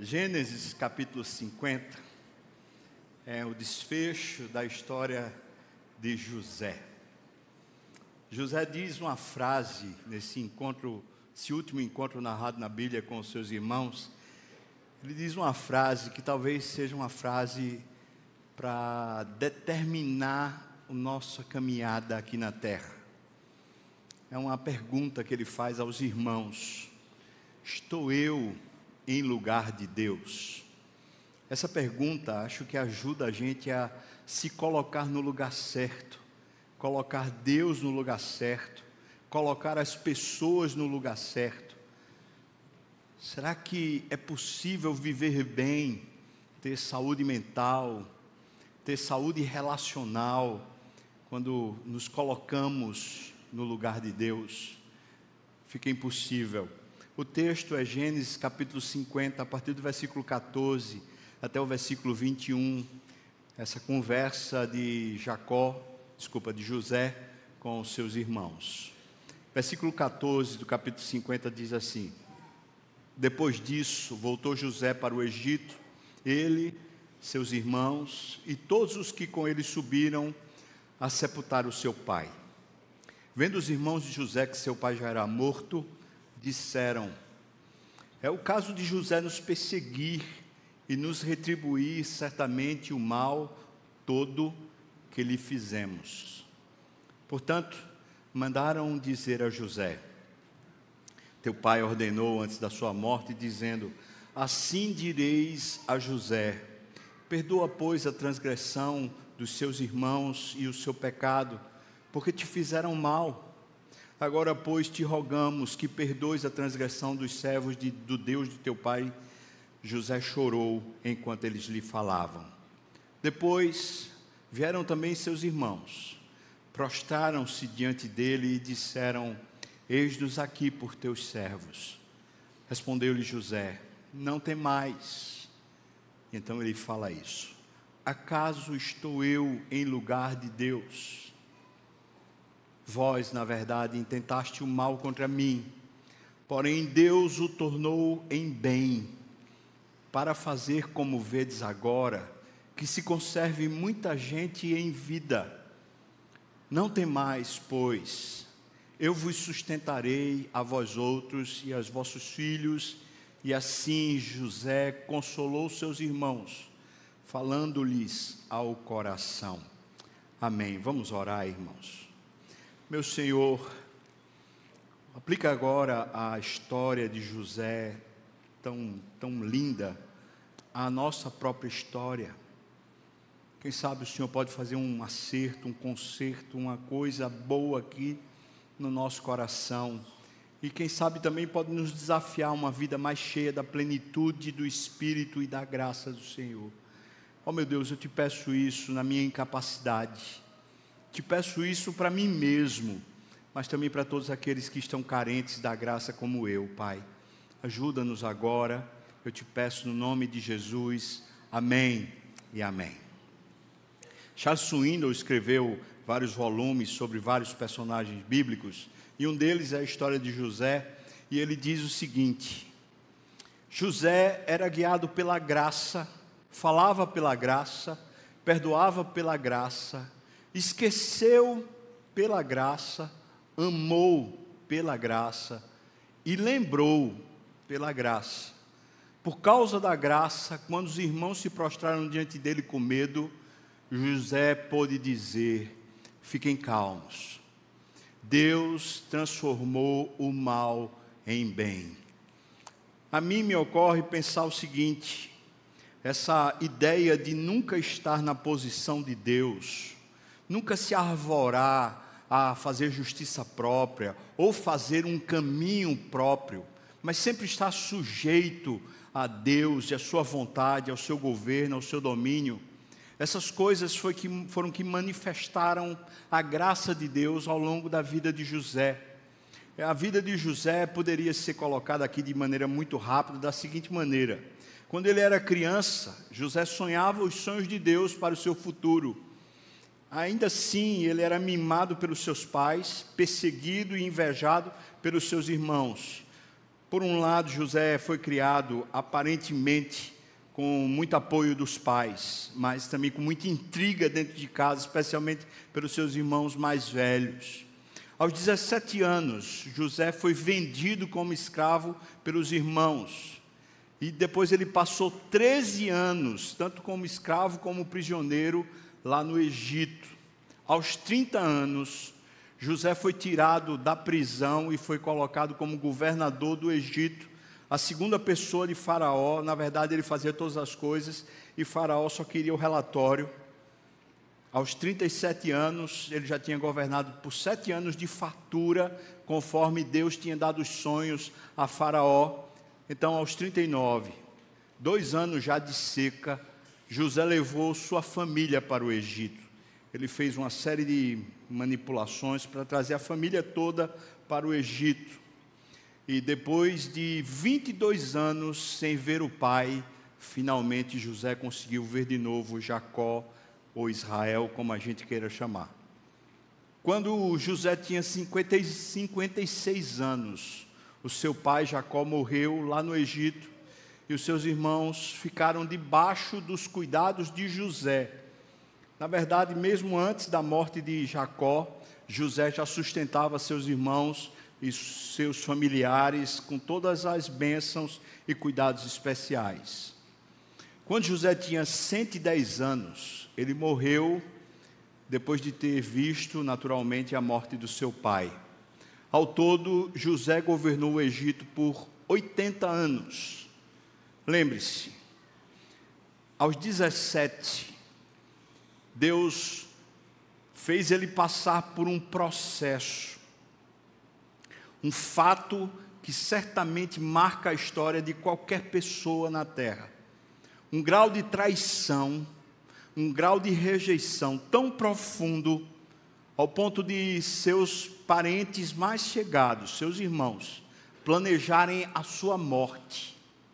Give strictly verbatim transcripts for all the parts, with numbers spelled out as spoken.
Gênesis capítulo cinquenta é o desfecho da história de José. José diz uma frase nesse encontro, esse último encontro narrado na Bíblia com os seus irmãos. Ele diz uma frase que talvez seja uma frase para determinar a nossa caminhada aqui na terra. É uma pergunta que ele faz aos irmãos: estou eu em lugar de Deus? Essa pergunta acho que ajuda a gente a se colocar no lugar certo, colocar Deus no lugar certo, colocar as pessoas no lugar certo. Será que é possível viver bem, ter saúde mental, ter saúde relacional, quando nos colocamos no lugar de Deus? Fica impossível. O texto é Gênesis capítulo cinquenta, a partir do versículo catorze até o versículo vinte e um, essa conversa de Jacó, desculpa, de José com os seus irmãos. Versículo catorze do capítulo cinquenta diz assim: depois disso, voltou José para o Egito, ele, seus irmãos e todos os que com ele subiram a sepultar o seu pai. Vendo os irmãos de José que seu pai já era morto, disseram: é o caso de José nos perseguir e nos retribuir certamente o mal todo que lhe fizemos. Portanto, mandaram dizer a José: teu pai ordenou antes da sua morte, dizendo: assim direis a José, perdoa, pois, a transgressão dos seus irmãos e o seu pecado, porque te fizeram mal. Agora, pois, te rogamos que perdoes a transgressão dos servos de, do Deus de teu pai. José chorou enquanto eles lhe falavam. Depois vieram também seus irmãos, prostraram-se diante dele e disseram: eis-nos aqui por teus servos. Respondeu-lhe José: não temais. Então ele fala isso: acaso estou eu em lugar de Deus? Vós, na verdade, intentaste o mal contra mim, porém Deus o tornou em bem, para fazer como vedes agora, que se conserve muita gente em vida. Não temais, pois, eu vos sustentarei a vós outros e aos vossos filhos. E assim José consolou seus irmãos, falando-lhes ao coração. Amém. Vamos orar, irmãos. Meu Senhor, aplica agora a história de José, tão, tão linda, à nossa própria história. Quem sabe o Senhor pode fazer um acerto, um conserto, uma coisa boa aqui no nosso coração. E quem sabe também pode nos desafiar a uma vida mais cheia da plenitude do Espírito e da graça do Senhor. Oh meu Deus, eu te peço isso na minha incapacidade. Te peço isso para mim mesmo, mas também para todos aqueles que estão carentes da graça como eu, Pai. Ajuda-nos agora, eu te peço no nome de Jesus. Amém e amém. Charles Swindoll escreveu vários volumes sobre vários personagens bíblicos, e um deles é a história de José, e ele diz o seguinte: José era guiado pela graça, falava pela graça, perdoava pela graça, esqueceu pela graça, amou pela graça e lembrou pela graça. Por causa da graça, quando os irmãos se prostraram diante dele com medo, José pôde dizer: fiquem calmos, Deus transformou o mal em bem. A mim me ocorre pensar o seguinte: essa ideia de nunca estar na posição de Deus, nunca se arvorar a fazer justiça própria, ou fazer um caminho próprio, mas sempre estar sujeito a Deus e a sua vontade, ao seu governo, ao seu domínio. Essas coisas foi que, foram que manifestaram a graça de Deus ao longo da vida de José. A vida de José poderia ser colocada aqui de maneira muito rápida, da seguinte maneira: quando ele era criança, José sonhava os sonhos de Deus para o seu futuro. Ainda assim, ele era mimado pelos seus pais, perseguido e invejado pelos seus irmãos. Por um lado, José foi criado aparentemente com muito apoio dos pais, mas também com muita intriga dentro de casa, especialmente pelos seus irmãos mais velhos. Aos dezessete anos, José foi vendido como escravo pelos irmãos. E depois ele passou treze anos, tanto como escravo como prisioneiro, lá no Egito. Aos trinta anos, José foi tirado da prisão e foi colocado como governador do Egito, a segunda pessoa de Faraó. Na verdade, ele fazia todas as coisas e Faraó só queria o relatório. Aos trinta e sete anos, ele já tinha governado por sete anos de fartura, conforme Deus tinha dado os sonhos a Faraó. Então, aos trinta e nove, dois anos já de seca, José levou sua família para o Egito. Ele fez uma série de manipulações para trazer a família toda para o Egito. E depois de vinte e dois anos sem ver o pai, finalmente José conseguiu ver de novo Jacó, ou Israel, como a gente queira chamar. Quando José tinha cinquenta e seis anos, o seu pai Jacó morreu lá no Egito, e os seus irmãos ficaram debaixo dos cuidados de José. Na verdade, mesmo antes da morte de Jacó, José já sustentava seus irmãos e seus familiares com todas as bênçãos e cuidados especiais. Quando José tinha cento e dez anos, ele morreu depois de ter visto naturalmente a morte do seu pai. Ao todo, José governou o Egito por oitenta anos. Lembre-se, aos dezessete, Deus fez ele passar por um processo, um fato que certamente marca a história de qualquer pessoa na terra. Um grau de traição, um grau de rejeição tão profundo, ao ponto de seus parentes mais chegados, seus irmãos, planejarem a sua morte.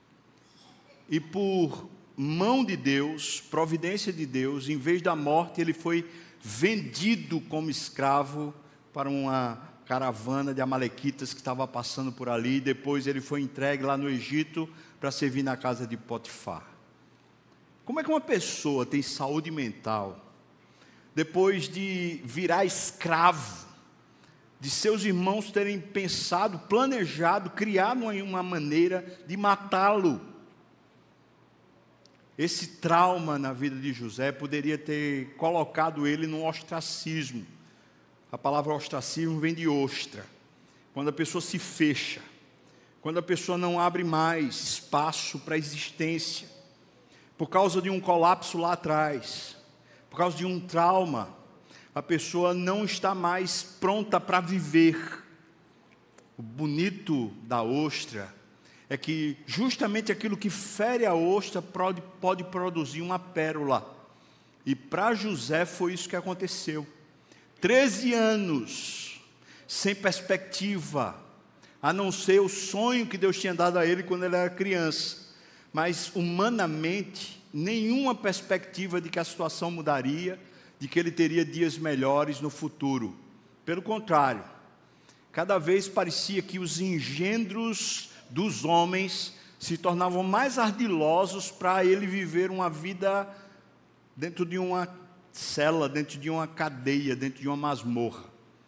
E por mão de Deus, providência de Deus, em vez da morte, ele foi vendido como escravo para uma caravana de amalequitas que estava passando por ali. Depois ele foi entregue lá no Egito para servir na casa de Potifar. Como é que uma pessoa tem saúde mental depois de virar escravo, de seus irmãos terem pensado, planejado, criado uma maneira de matá-lo? Esse trauma na vida de José poderia ter colocado ele num ostracismo. A palavra ostracismo vem de ostra, quando a pessoa se fecha, quando a pessoa não abre mais espaço para a existência, por causa de um colapso lá atrás, por causa de um trauma, a pessoa não está mais pronta para viver. O bonito da ostra é que justamente aquilo que fere a ostra pode, pode produzir uma pérola. E para José foi isso que aconteceu. Treze anos sem perspectiva, a não ser o sonho que Deus tinha dado a ele quando ele era criança. Mas humanamente, nenhuma perspectiva de que a situação mudaria, de que ele teria dias melhores no futuro. Pelo contrário, cada vez parecia que os engendros dos homens se tornavam mais ardilosos para ele viver uma vida dentro de uma cela, dentro de uma cadeia, dentro de uma masmorra.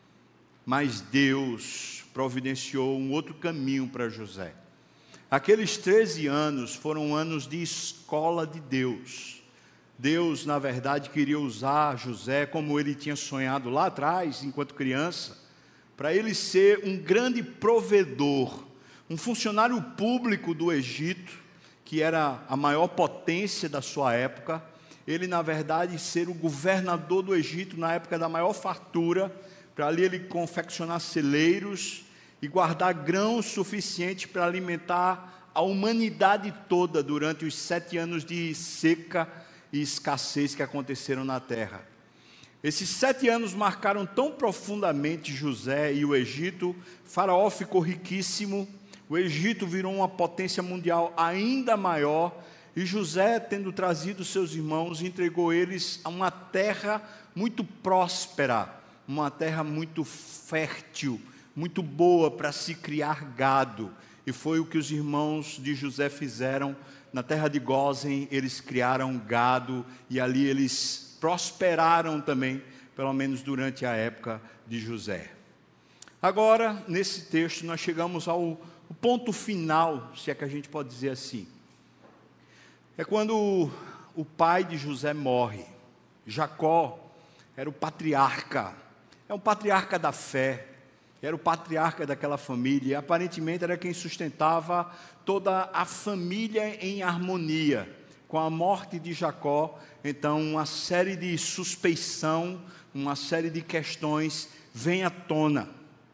Mas Deus providenciou um outro caminho para José. Aqueles treze anos foram anos de escola de Deus. Deus, na verdade, queria usar José como ele tinha sonhado lá atrás, enquanto criança, para ele ser um grande provedor, um funcionário público do Egito, que era a maior potência da sua época. Ele, na verdade, ser o governador do Egito na época da maior fartura, para ali ele confeccionar celeiros e guardar grão suficiente para alimentar a humanidade toda durante os sete anos de seca e escassez que aconteceram na terra. Esses sete anos marcaram tão profundamente José e o Egito. Faraó ficou riquíssimo, o Egito virou uma potência mundial ainda maior, e José, tendo trazido seus irmãos, entregou eles a uma terra muito próspera, uma terra muito fértil, muito boa para se criar gado. e foi o que os irmãos de José fizeram. Na terra de Gósen, eles criaram gado, e ali eles prosperaram também, pelo menos durante a época de José. Agora, nesse texto, nós chegamos ao ponto final, se é que a gente pode dizer assim. É quando o, o pai de José morre. Jacó era o patriarca, é um patriarca da fé, era o patriarca daquela família, e aparentemente era quem sustentava toda a família em harmonia. Com a morte de Jacó, então uma série de suspeição, uma série de questões vem à tona.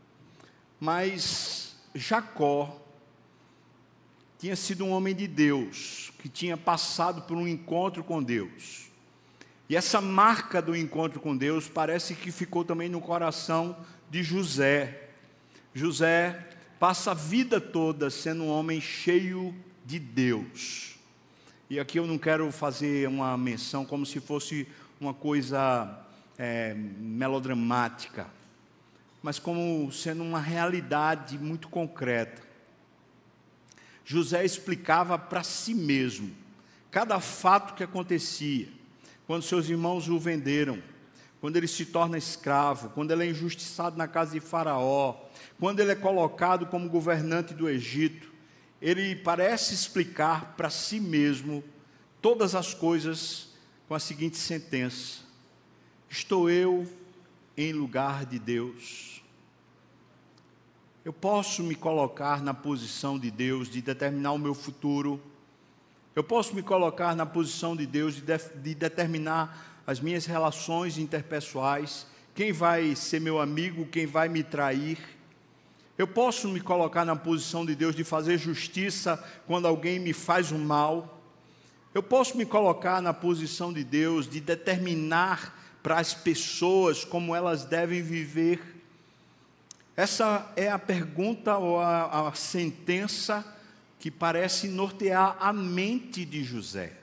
Mas Jacó tinha sido um homem de Deus, que tinha passado por um encontro com Deus. E essa marca do encontro com Deus parece que ficou também no coração de José. José passa a vida toda sendo um homem cheio de Deus. E aqui eu não quero fazer uma menção como se fosse uma coisa é, melodramática, mas como sendo uma realidade muito concreta. José explicava para si mesmo cada fato que acontecia, quando seus irmãos o venderam, quando ele se torna escravo, quando ele é injustiçado na casa de Faraó, quando ele é colocado como governante do Egito. Ele parece explicar para si mesmo todas as coisas com a seguinte sentença: estou eu em lugar de Deus? Eu posso me colocar na posição de Deus de determinar o meu futuro? Eu posso me colocar na posição de Deus de, de, de determinar as minhas relações interpessoais? Quem vai ser meu amigo, quem vai me trair? Eu posso me colocar na posição de Deus de fazer justiça quando alguém me faz um mal? Eu posso me colocar na posição de Deus de determinar para as pessoas como elas devem viver? Essa é a pergunta ou a, a sentença que parece nortear a mente de José.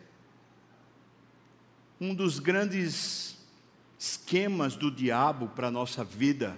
Um dos grandes esquemas do diabo para a nossa vida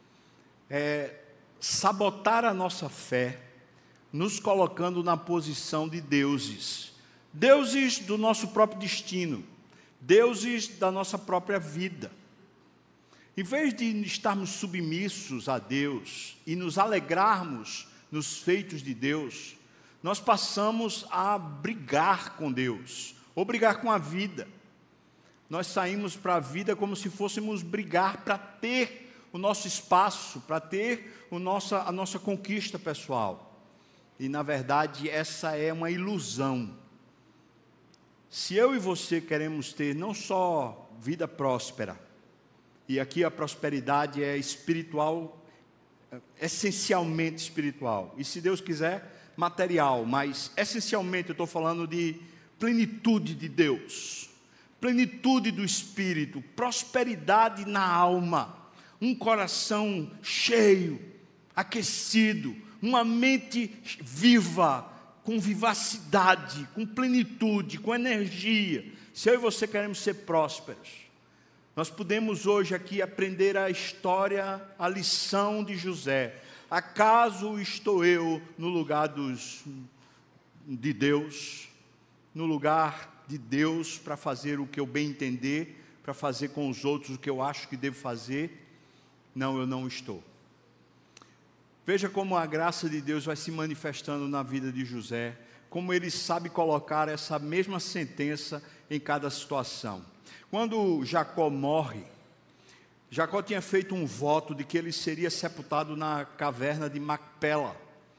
é sabotar a nossa fé, nos colocando na posição de deuses. Deuses do nosso próprio destino, deuses da nossa própria vida. Em vez de estarmos submissos a Deus e nos alegrarmos nos feitos de Deus, nós passamos a brigar com Deus, ou brigar com a vida. Nós saímos para a vida como se fôssemos brigar para ter o nosso espaço, para ter o nosso, a nossa conquista pessoal. E, na verdade, essa é uma ilusão. Se eu e você queremos ter não só vida próspera, e aqui a prosperidade é espiritual, essencialmente espiritual, e se Deus quiser, material, mas essencialmente eu estou falando de plenitude de Deus, plenitude do Espírito, prosperidade na alma, um coração cheio, aquecido, uma mente viva, com vivacidade, com plenitude, com energia. Se eu e você queremos ser prósperos, nós podemos hoje aqui aprender a história, a lição de José. Acaso estou eu no lugar dos, de Deus, no lugar de Deus para fazer o que eu bem entender, para fazer com os outros o que eu acho que devo fazer? Não, eu não estou. Veja como a graça de Deus vai se manifestando na vida de José, como ele sabe colocar essa mesma sentença em cada situação. Quando Jacó morre, Jacó tinha feito um voto de que ele seria sepultado na caverna de Macpela.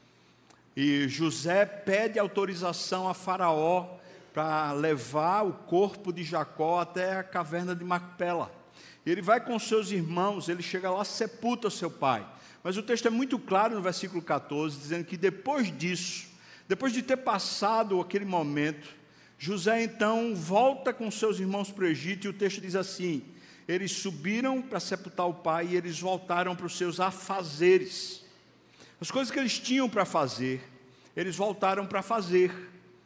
E José pede autorização a Faraó para levar o corpo de Jacó até a caverna de Macpela. Ele vai com seus irmãos, ele chega lá, sepulta seu pai. Mas o texto é muito claro no versículo catorze, dizendo que depois disso, depois de ter passado aquele momento, José então volta com seus irmãos para o Egito, e o texto diz assim: eles subiram para sepultar o pai e eles voltaram para os seus afazeres. As coisas que eles tinham para fazer, eles voltaram para fazer.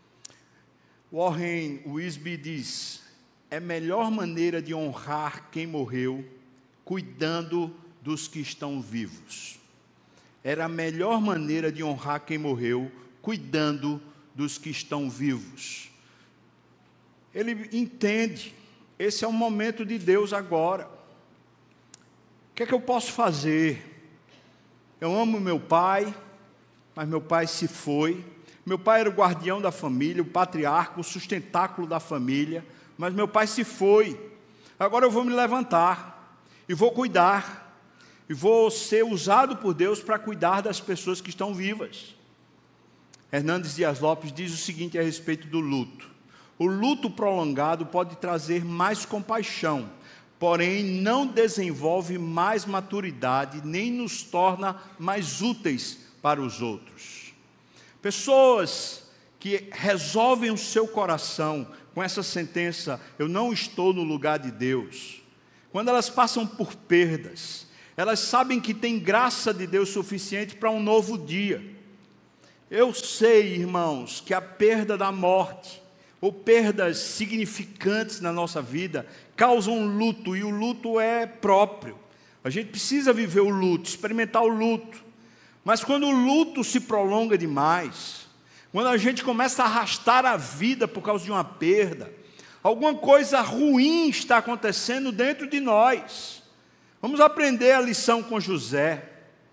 Warren Wiersbe diz: é a melhor maneira de honrar quem morreu, cuidando dos que estão vivos. era a melhor maneira de honrar quem morreu, cuidando dos que estão vivos. Ele entende, esse é o momento de Deus agora. O que é que eu posso fazer? Eu amo meu pai, mas meu pai se foi. Meu pai era o guardião da família, o patriarca, o sustentáculo da família, mas meu pai se foi. Agora eu vou me levantar e vou cuidar, e vou ser usado por Deus para cuidar das pessoas que estão vivas. Hernandes Dias Lopes diz o seguinte a respeito do luto: o luto prolongado pode trazer mais compaixão, porém não desenvolve mais maturidade, nem nos torna mais úteis para os outros. Pessoas que resolvem o seu coração com essa sentença, eu não estou no lugar de Deus, quando elas passam por perdas, elas sabem que tem graça de Deus suficiente para um novo dia. Eu sei, irmãos, que a perda da morte, ou perdas significantes na nossa vida, causam luto, e o luto é próprio. A gente precisa viver o luto, experimentar o luto. Mas quando o luto se prolonga demais, quando a gente começa a arrastar a vida por causa de uma perda, alguma coisa ruim está acontecendo dentro de nós. Vamos aprender a lição com José.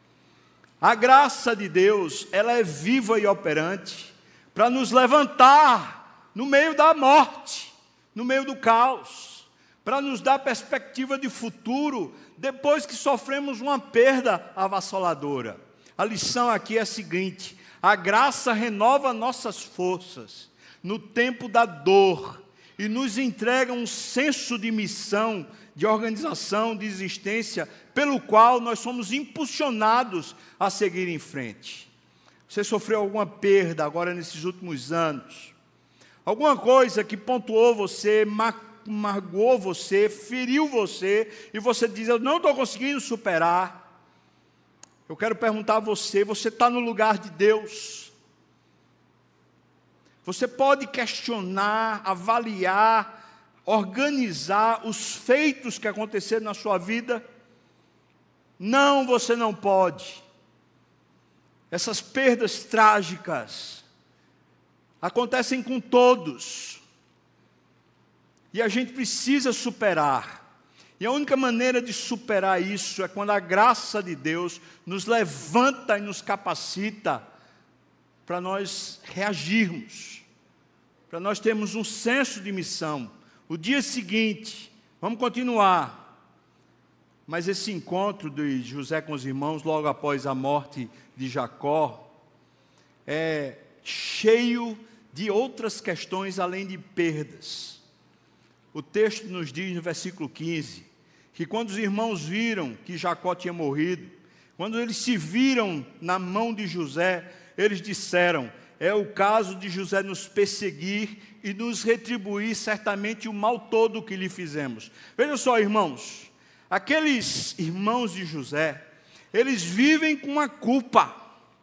A graça de Deus, ela é viva e operante para nos levantar no meio da morte, no meio do caos, para nos dar perspectiva de futuro depois que sofremos uma perda avassaladora. A lição aqui é a seguinte: a graça renova nossas forças no tempo da dor e nos entrega um senso de missão, de organização, de existência, pelo qual nós somos impulsionados a seguir em frente. Você sofreu alguma perda agora nesses últimos anos? Alguma coisa que pontuou você, magoou você, feriu você, e você diz: eu não estou conseguindo superar. Eu quero perguntar a você, você está no lugar de Deus? Você pode questionar, avaliar, organizar os feitos que aconteceram na sua vida? Não, você não pode. Essas perdas trágicas acontecem com todos, e a gente precisa superar. E a única maneira de superar isso é quando a graça de Deus nos levanta e nos capacita para nós reagirmos, para nós termos um senso de missão. O dia seguinte, vamos continuar, mas esse encontro de José com os irmãos, logo após a morte de Jacó, é cheio de outras questões além de perdas. O texto nos diz no versículo quinze, que quando os irmãos viram que Jacó tinha morrido, quando eles se viram na mão de José, eles disseram: é o caso de José nos perseguir e nos retribuir certamente o mal todo que lhe fizemos. Vejam só, irmãos, aqueles irmãos de José, eles vivem com uma culpa.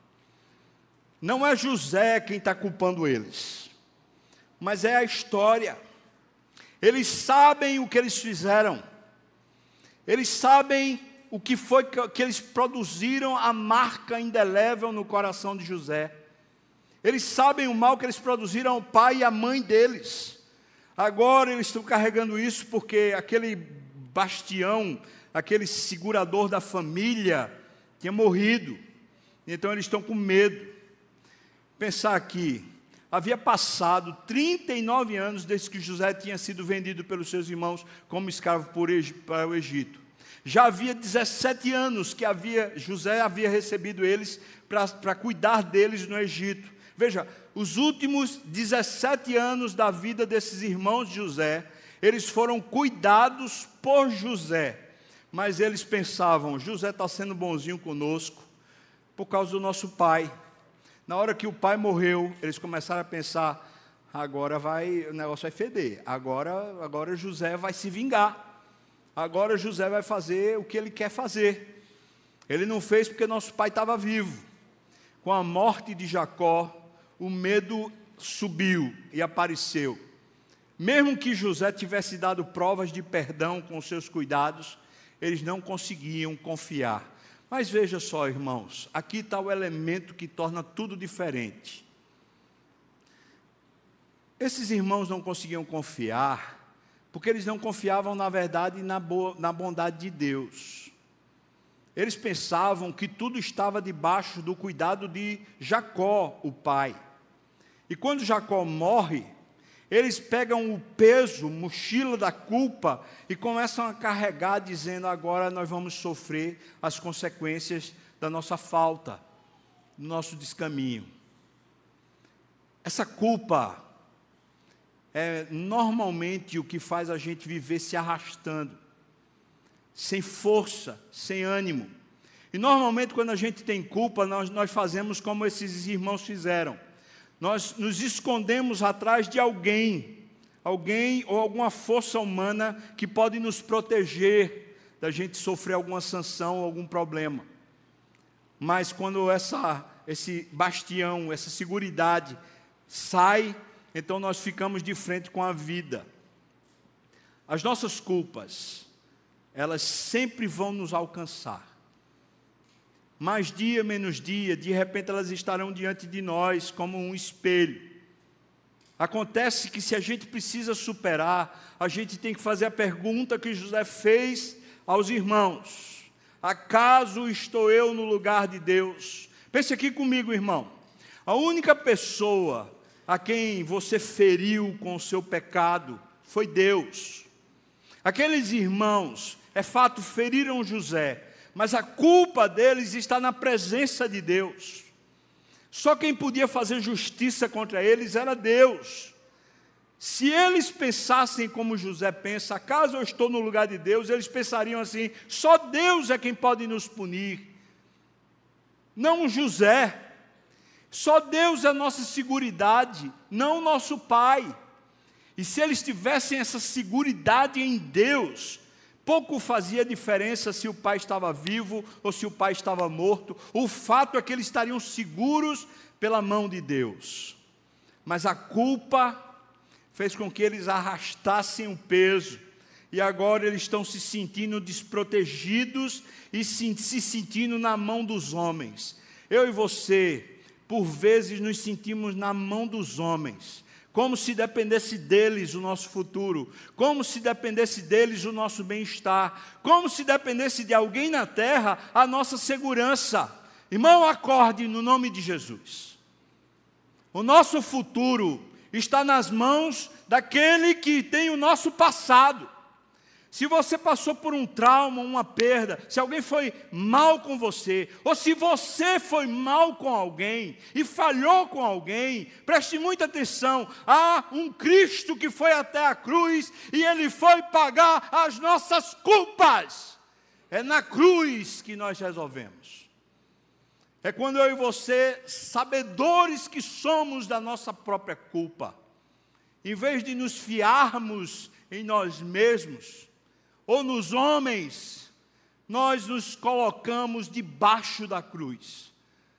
Não é José quem está culpando eles, mas é a história. Eles sabem o que eles fizeram, eles sabem o que foi que, que eles produziram, a marca indelével no coração de José. Eles sabem o mal que eles produziram ao pai e à mãe deles. Agora eles estão carregando isso porque aquele bastião, aquele segurador da família tinha morrido. Então eles estão com medo. Pensar aqui, havia passado trinta e nove anos desde que José tinha sido vendido pelos seus irmãos como escravo para o Egito. Já havia dezessete anos que havia, José havia recebido eles para cuidar deles no Egito. Veja, os últimos dezessete anos da vida desses irmãos de José, eles foram cuidados por José. Mas eles pensavam: José está sendo bonzinho conosco por causa do nosso pai. Na hora que o pai morreu, eles começaram a pensar: agora vai, o negócio vai feder, agora, agora José vai se vingar, agora José vai fazer o que ele quer fazer. Ele não fez porque nosso pai estava vivo. Com a morte de Jacó, o medo subiu e apareceu. Mesmo que José tivesse dado provas de perdão com seus cuidados, eles não conseguiam confiar. Mas veja só, irmãos, aqui está o elemento que torna tudo diferente. Esses irmãos não conseguiam confiar, porque eles não confiavam, na verdade, na, boa, na bondade de Deus. Eles pensavam que tudo estava debaixo do cuidado de Jacó, o pai. E quando Jacó morre, eles pegam o peso, mochila da culpa, e começam a carregar, dizendo: agora nós vamos sofrer as consequências da nossa falta, do nosso descaminho. Essa culpa é normalmente o que faz a gente viver se arrastando, sem força, sem ânimo. E normalmente quando a gente tem culpa, nós, nós fazemos como esses irmãos fizeram. Nós nos escondemos atrás de alguém, alguém ou alguma força humana que pode nos proteger da gente sofrer alguma sanção ou algum problema. Mas quando essa, esse bastião, essa seguridade sai, então nós ficamos de frente com a vida. As nossas culpas, elas sempre vão nos alcançar. Mais dia, menos dia, de repente elas estarão diante de nós como um espelho. Acontece que se a gente precisa superar, a gente tem que fazer a pergunta que José fez aos irmãos: acaso estou eu no lugar de Deus? Pense aqui comigo, irmão. A única pessoa a quem você feriu com o seu pecado foi Deus. Aqueles irmãos, é fato, feriram José, mas a culpa deles está na presença de Deus. Só quem podia fazer justiça contra eles era Deus. Se eles pensassem como José pensa, acaso eu estou no lugar de Deus, eles pensariam assim: só Deus é quem pode nos punir, não José. Só Deus é a nossa seguridade, não o nosso pai. E se eles tivessem essa seguridade em Deus, pouco fazia diferença se o pai estava vivo ou se o pai estava morto. O fato é que eles estariam seguros pela mão de Deus. Mas a culpa fez com que eles arrastassem o peso, e agora eles estão se sentindo desprotegidos e se, se sentindo na mão dos homens. Eu e você, por vezes, nos sentimos na mão dos homens, como se dependesse deles o nosso futuro, como se dependesse deles o nosso bem-estar, como se dependesse de alguém na terra a nossa segurança. Irmão, acorde no nome de Jesus. O nosso futuro está nas mãos daquele que tem o nosso passado. Se você passou por um trauma, uma perda, se alguém foi mal com você, ou se você foi mal com alguém e falhou com alguém, preste muita atenção: há um Cristo que foi até a cruz e Ele foi pagar as nossas culpas. É na cruz que nós resolvemos. É quando eu e você, sabedores que somos da nossa própria culpa, em vez de nos fiarmos em nós mesmos, ou nos homens, nós nos colocamos debaixo da cruz.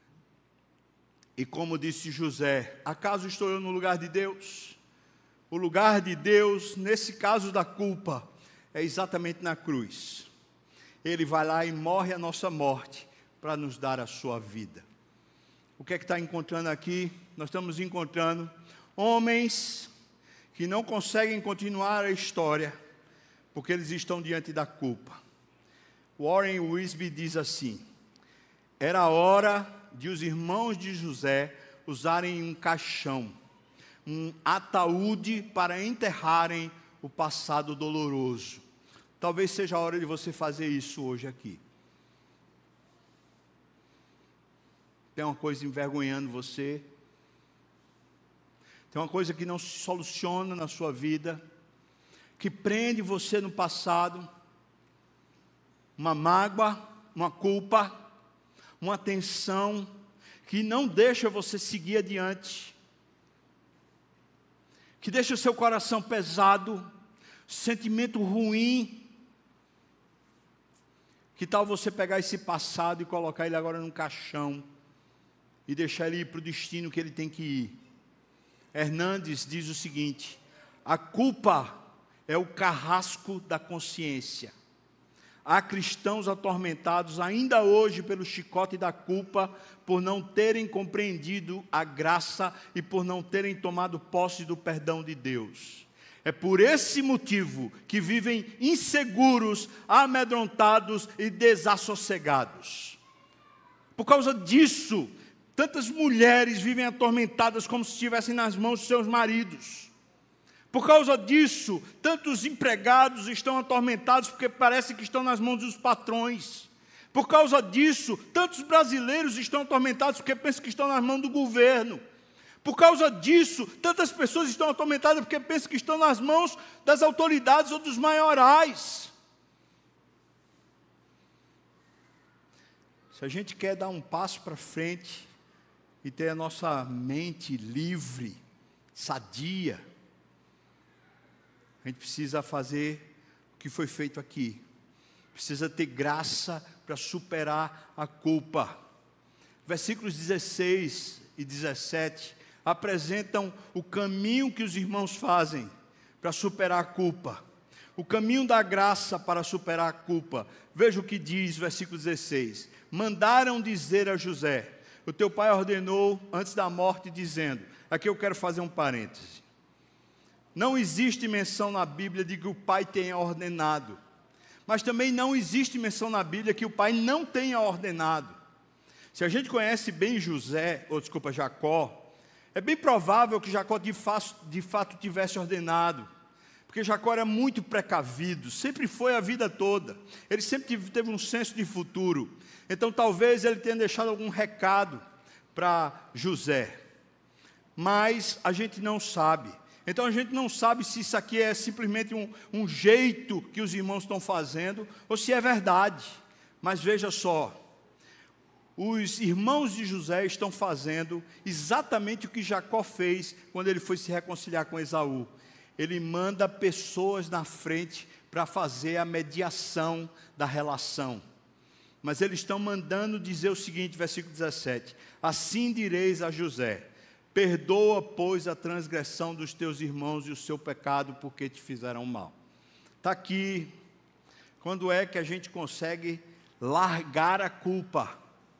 E como disse José: acaso estou eu no lugar de Deus? O lugar de Deus, nesse caso da culpa, é exatamente na cruz. Ele vai lá e morre a nossa morte para nos dar a sua vida. O que é que está encontrando aqui? Nós estamos encontrando homens que não conseguem continuar a história, porque eles estão diante da culpa. Warren Wiersbe diz assim: era a hora de os irmãos de José usarem um caixão, um ataúde para enterrarem o passado doloroso. Talvez seja a hora de você fazer isso hoje aqui. Tem uma coisa envergonhando você, tem uma coisa que não se soluciona na sua vida, que prende você no passado, uma mágoa, uma culpa, uma tensão, que não deixa você seguir adiante, que deixa o seu coração pesado, sentimento ruim. Que tal você pegar esse passado e colocar ele agora num caixão, e deixar ele ir para o destino que ele tem que ir? Hernandes diz o seguinte: a culpa é o carrasco da consciência. Há cristãos atormentados ainda hoje pelo chicote da culpa, por não terem compreendido a graça e por não terem tomado posse do perdão de Deus. É por esse motivo que vivem inseguros, amedrontados e desassossegados. Por causa disso, tantas mulheres vivem atormentadas como se estivessem nas mãos de seus maridos. Por causa disso, tantos empregados estão atormentados porque parece que estão nas mãos dos patrões. Por causa disso, tantos brasileiros estão atormentados porque pensam que estão nas mãos do governo. Por causa disso, tantas pessoas estão atormentadas porque pensam que estão nas mãos das autoridades ou dos maiorais. Se a gente quer dar um passo para frente e ter a nossa mente livre, sadia, a gente precisa fazer o que foi feito aqui. Precisa ter graça para superar a culpa. Versículos dezesseis e dezessete apresentam o caminho que os irmãos fazem para superar a culpa. O caminho da graça para superar a culpa. Veja o que diz versículo dezesseis. Mandaram dizer a José, o teu pai ordenou antes da morte, dizendo, aqui eu quero fazer um parêntese. Não existe menção na Bíblia de que o pai tenha ordenado. Mas também não existe menção na Bíblia que o pai não tenha ordenado. Se a gente conhece bem José, ou desculpa, Jacó, é bem provável que Jacó de fato, de fato tivesse ordenado. Porque Jacó era muito precavido, sempre foi a vida toda. Ele sempre teve um senso de futuro. Então talvez ele tenha deixado algum recado para José. Mas a gente não sabe. Então a gente não sabe se isso aqui é simplesmente um, um jeito que os irmãos estão fazendo, ou se é verdade. Mas veja só, os irmãos de José estão fazendo exatamente o que Jacó fez quando ele foi se reconciliar com Esaú. Ele manda pessoas na frente para fazer a mediação da relação. Mas eles estão mandando dizer o seguinte, versículo dezessete. Assim direis a José, perdoa, pois, a transgressão dos teus irmãos e o seu pecado, porque te fizeram mal. Está aqui, quando é que a gente consegue largar a culpa?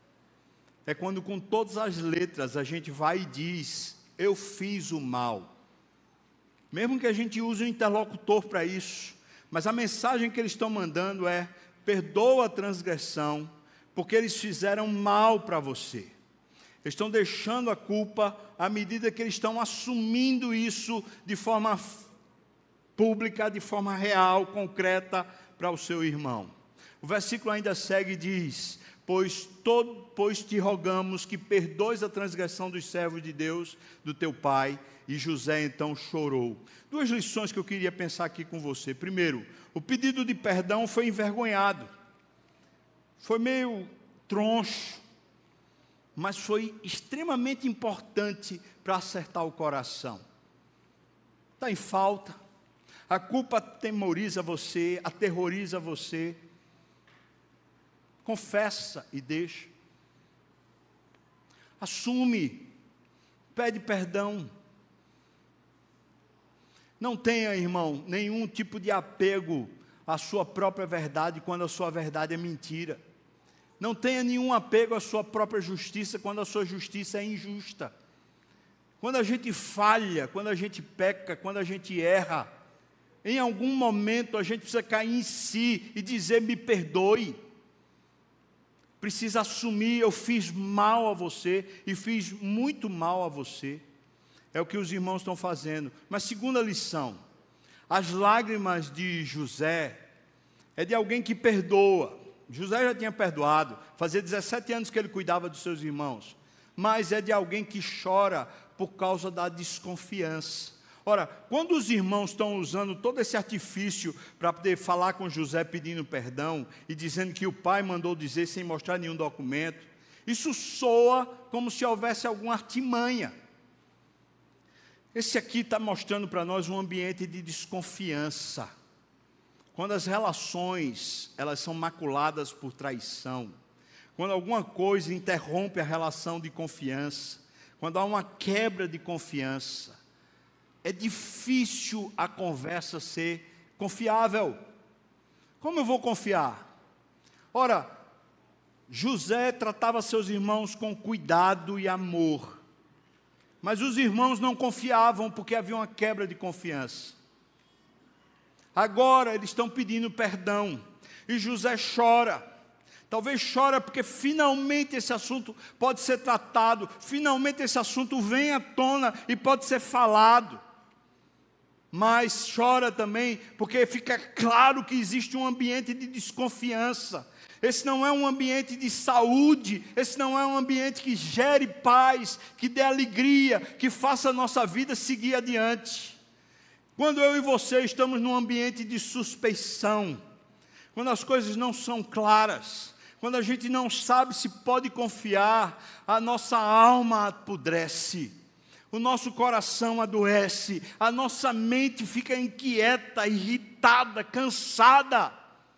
É quando com todas as letras a gente vai e diz, eu fiz o mal. Mesmo que a gente use um interlocutor para isso, mas a mensagem que eles estão mandando é, perdoa a transgressão, porque eles fizeram mal para você. Eles estão deixando a culpa à medida que eles estão assumindo isso de forma pública, de forma real, concreta para o seu irmão. O versículo ainda segue e diz, pois, todo, pois te rogamos que perdoes a transgressão dos servos de Deus, do teu pai. E José então chorou. Duas lições que eu queria pensar aqui com você. Primeiro, o pedido de perdão foi envergonhado. Foi meio troncho. Mas foi extremamente importante para acertar o coração. Está em falta. A culpa atemoriza você, aterroriza você. Confessa e deixa. Assume. Pede perdão. Não tenha, irmão, nenhum tipo de apego à sua própria verdade quando a sua verdade é mentira. Não tenha nenhum apego à sua própria justiça quando a sua justiça é injusta. Quando a gente falha, quando a gente peca, quando a gente erra, em algum momento a gente precisa cair em si e dizer, me perdoe. Precisa assumir, eu fiz mal a você e fiz muito mal a você. É o que os irmãos estão fazendo. Mas segunda lição, as lágrimas de José é de alguém que perdoa. José já tinha perdoado, fazia dezessete anos que ele cuidava dos seus irmãos, mas é de alguém que chora por causa da desconfiança. Ora, quando os irmãos estão usando todo esse artifício para poder falar com José pedindo perdão e dizendo que o pai mandou dizer sem mostrar nenhum documento, isso soa como se houvesse alguma artimanha. Esse aqui está mostrando para nós um ambiente de desconfiança. Quando as relações, elas são maculadas por traição, quando alguma coisa interrompe a relação de confiança, quando há uma quebra de confiança, é difícil a conversa ser confiável. Como eu vou confiar? Ora, José tratava seus irmãos com cuidado e amor, mas os irmãos não confiavam porque havia uma quebra de confiança. Agora eles estão pedindo perdão, e José chora. Talvez chora porque finalmente esse assunto pode ser tratado, finalmente esse assunto vem à tona e pode ser falado. Mas chora também porque fica claro que existe um ambiente de desconfiança. Esse não é um ambiente de saúde, esse não é um ambiente que gere paz, que dê alegria, que faça a nossa vida seguir adiante. Quando eu e você estamos num ambiente de suspeição, quando as coisas não são claras, quando a gente não sabe se pode confiar, a nossa alma apodrece, o nosso coração adoece, a nossa mente fica inquieta, irritada, cansada.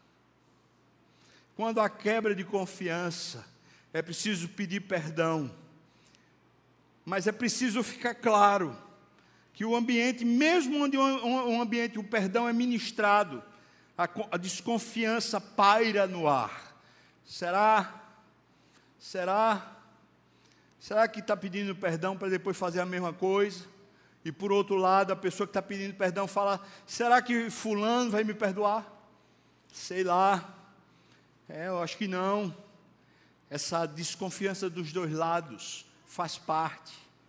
Quando há quebra de confiança, é preciso pedir perdão, mas é preciso ficar claro que o ambiente, mesmo onde um ambiente, o perdão é ministrado, a, a desconfiança paira no ar. Será? Será? Será que está pedindo perdão para depois fazer a mesma coisa? E por outro lado, a pessoa que está pedindo perdão fala, será que fulano vai me perdoar? Sei lá. É, eu acho que não. Essa desconfiança dos dois lados faz parte.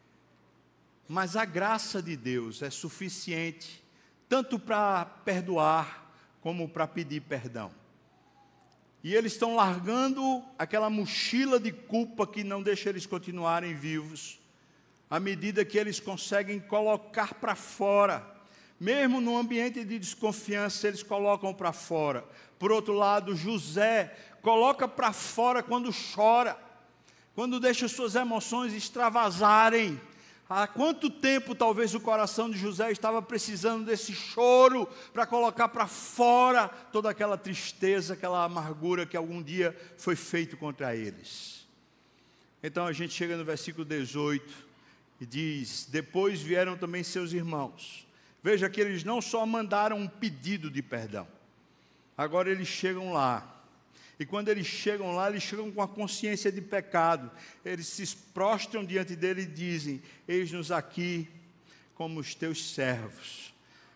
Mas a graça de Deus é suficiente, tanto para perdoar, como para pedir perdão. E eles estão largando aquela mochila de culpa que não deixa eles continuarem vivos, à medida que eles conseguem colocar para fora, mesmo no ambiente de desconfiança, eles colocam para fora. Por outro lado, José coloca para fora quando chora, quando deixa suas emoções extravasarem. Há quanto tempo talvez o coração de José estava precisando desse choro para colocar para fora toda aquela tristeza, aquela amargura que algum dia foi feito contra eles. Então a gente chega no versículo dezoito e diz, depois vieram também seus irmãos. Veja que eles não só mandaram um pedido de perdão, agora eles chegam lá. E quando eles chegam lá, eles chegam com a consciência de pecado. Eles se prostram diante dele e dizem, eis-nos aqui como os teus servos.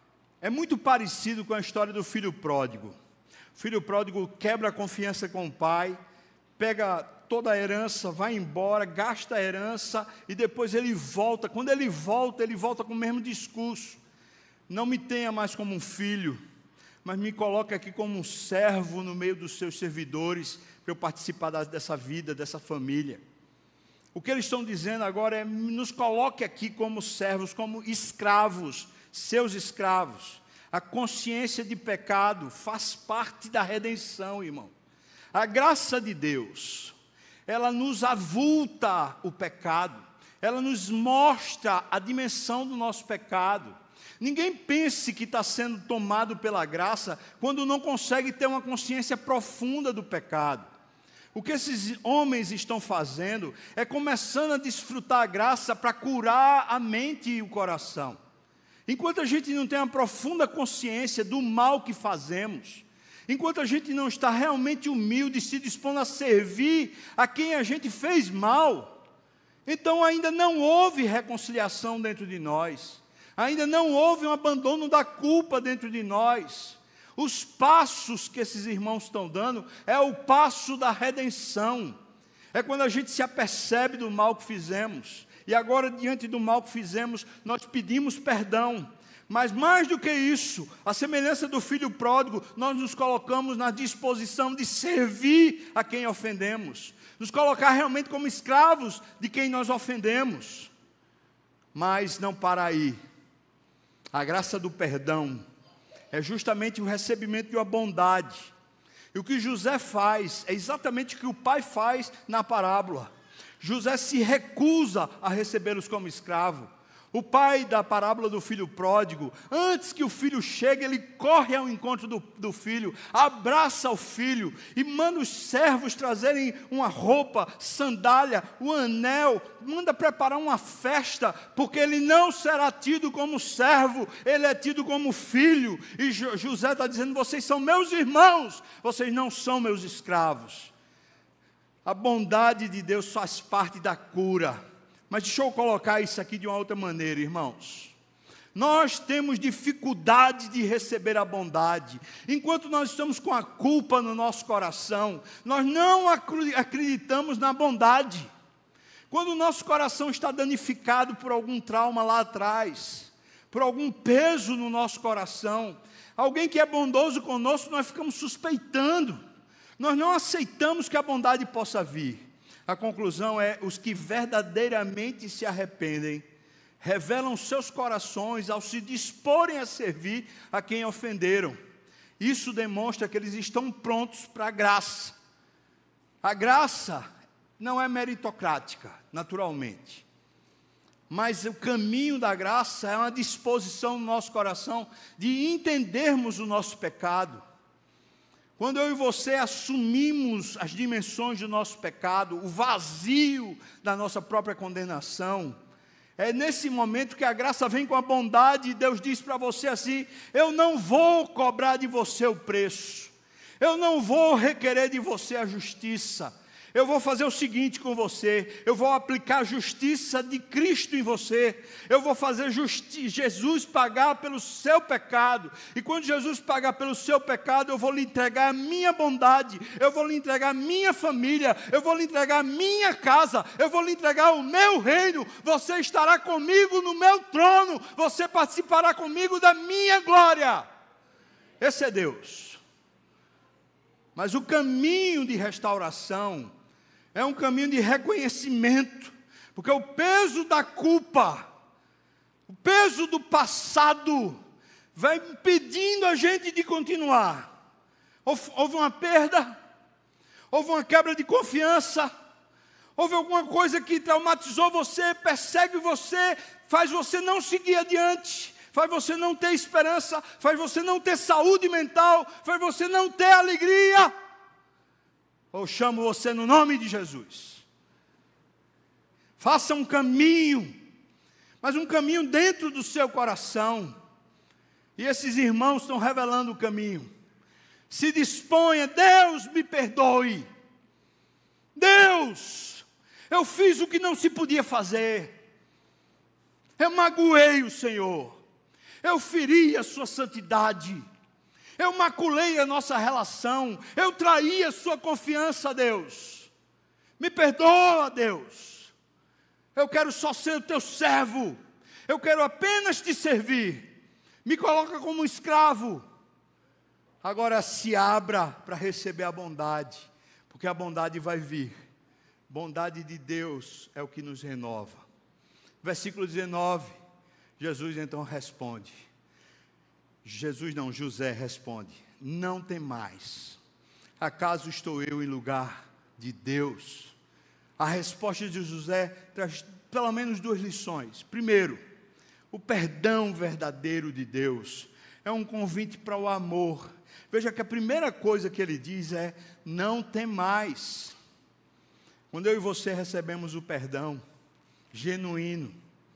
É muito parecido com a história do filho pródigo. O filho pródigo quebra a confiança com o pai, pega toda a herança, vai embora, gasta a herança e depois ele volta. Quando ele volta, ele volta com o mesmo discurso. Não me tenha mais como um filho, mas me coloque aqui como um servo no meio dos seus servidores, para eu participar dessa vida, dessa família. O que eles estão dizendo agora é, nos coloque aqui como servos, como escravos, seus escravos. A consciência de pecado faz parte da redenção, irmão. A graça de Deus, ela nos avulta o pecado, ela nos mostra a dimensão do nosso pecado. Ninguém pense que está sendo tomado pela graça quando não consegue ter uma consciência profunda do pecado. O que esses homens estão fazendo é começando a desfrutar a graça para curar a mente e o coração. Enquanto a gente não tem uma profunda consciência do mal que fazemos, enquanto a gente não está realmente humilde, se dispondo a servir a quem a gente fez mal, então ainda não houve reconciliação dentro de nós. Ainda não houve um abandono da culpa dentro de nós. Os passos que esses irmãos estão dando é o passo da redenção. É quando a gente se apercebe do mal que fizemos. E agora, diante do mal que fizemos, nós pedimos perdão. Mas mais do que isso, a semelhança do filho pródigo, nós nos colocamos na disposição de servir a quem ofendemos. Nos colocar realmente como escravos de quem nós ofendemos. Mas não para aí. A graça do perdão é justamente o recebimento de uma bondade. E o que José faz é exatamente o que o pai faz na parábola. José se recusa a recebê-los como escravo. O pai da parábola do filho pródigo, antes que o filho chegue, ele corre ao encontro do, do filho, abraça o filho e manda os servos trazerem uma roupa, sandália, o anel, manda preparar uma festa, porque ele não será tido como servo, ele é tido como filho. E José está dizendo: vocês são meus irmãos, vocês não são meus escravos. A bondade de Deus faz parte da cura. Mas deixa eu colocar isso aqui de uma outra maneira, irmãos. Nós temos dificuldade de receber a bondade. Enquanto nós estamos com a culpa no nosso coração, nós não acreditamos na bondade. Quando o nosso coração está danificado por algum trauma lá atrás, por algum peso no nosso coração, alguém que é bondoso conosco, nós ficamos suspeitando. Nós não aceitamos que a bondade possa vir. A conclusão é: os que verdadeiramente se arrependem, revelam seus corações ao se disporem a servir a quem ofenderam. Isso demonstra que eles estão prontos para a graça. A graça não é meritocrática, naturalmente. Mas o caminho da graça é uma disposição no nosso coração de entendermos o nosso pecado. Quando eu e você assumimos as dimensões do nosso pecado, o vazio da nossa própria condenação, é nesse momento que a graça vem com a bondade, e Deus diz para você assim: eu não vou cobrar de você o preço, eu não vou requerer de você a justiça. Eu vou fazer o seguinte com você: eu vou aplicar a justiça de Cristo em você. Eu vou fazer justi- Jesus pagar pelo seu pecado. E quando Jesus pagar pelo seu pecado, eu vou lhe entregar a minha bondade, eu vou lhe entregar a minha família, eu vou lhe entregar a minha casa, eu vou lhe entregar o meu reino. Você estará comigo no meu trono, você participará comigo da minha glória. Esse é Deus. Mas o caminho de restauração é um caminho de reconhecimento, porque o peso da culpa, o peso do passado, vai impedindo a gente de continuar. Houve uma perda, houve uma quebra de confiança, houve alguma coisa que traumatizou você, persegue você, faz você não seguir adiante, faz você não ter esperança, faz você não ter saúde mental, faz você não ter alegria. Eu chamo você no nome de Jesus. Faça um caminho, mas um caminho dentro do seu coração. E esses irmãos estão revelando o caminho. Se disponha: Deus, me perdoe. Deus, eu fiz o que não se podia fazer. Eu magoei o Senhor. Eu feri a sua santidade. Eu maculei a nossa relação. Eu traí a sua confiança, Deus. Me perdoa, Deus. Eu quero só ser o teu servo. Eu quero apenas te servir. Me coloca como um escravo. Agora se abra para receber a bondade, porque a bondade vai vir. Bondade de Deus é o que nos renova. Versículo dezenove, Jesus então responde. Jesus não, José responde: não temais, acaso estou eu em lugar de Deus? A resposta de José traz pelo menos duas lições. Primeiro, o perdão verdadeiro de Deus é um convite para o amor. Veja que a primeira coisa que ele diz é: não temais. Quando eu e você recebemos o perdão genuíno,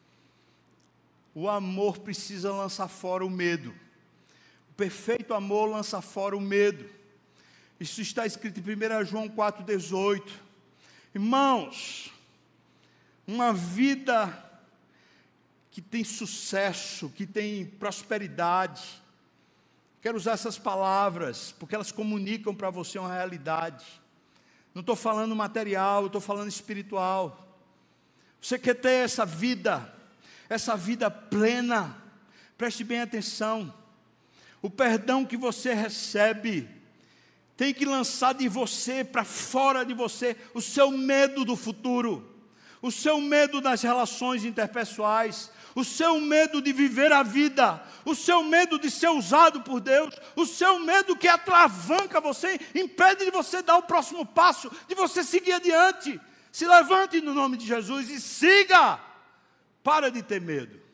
o amor precisa lançar fora o medo. O perfeito amor lança fora o medo. Isso está escrito em primeira João quatro, dezoito. Irmãos, uma vida que tem sucesso, que tem prosperidade, quero usar essas palavras, porque elas comunicam para você uma realidade. Não estou falando material, estou falando espiritual. Você quer ter essa vida, essa vida plena, preste bem atenção. O perdão que você recebe tem que lançar de você, para fora de você, o seu medo do futuro, o seu medo das relações interpessoais, o seu medo de viver a vida, o seu medo de ser usado por Deus, o seu medo que atravanca você, impede de você dar o próximo passo, de você seguir adiante. Se levante no nome de Jesus e siga. Para de ter medo.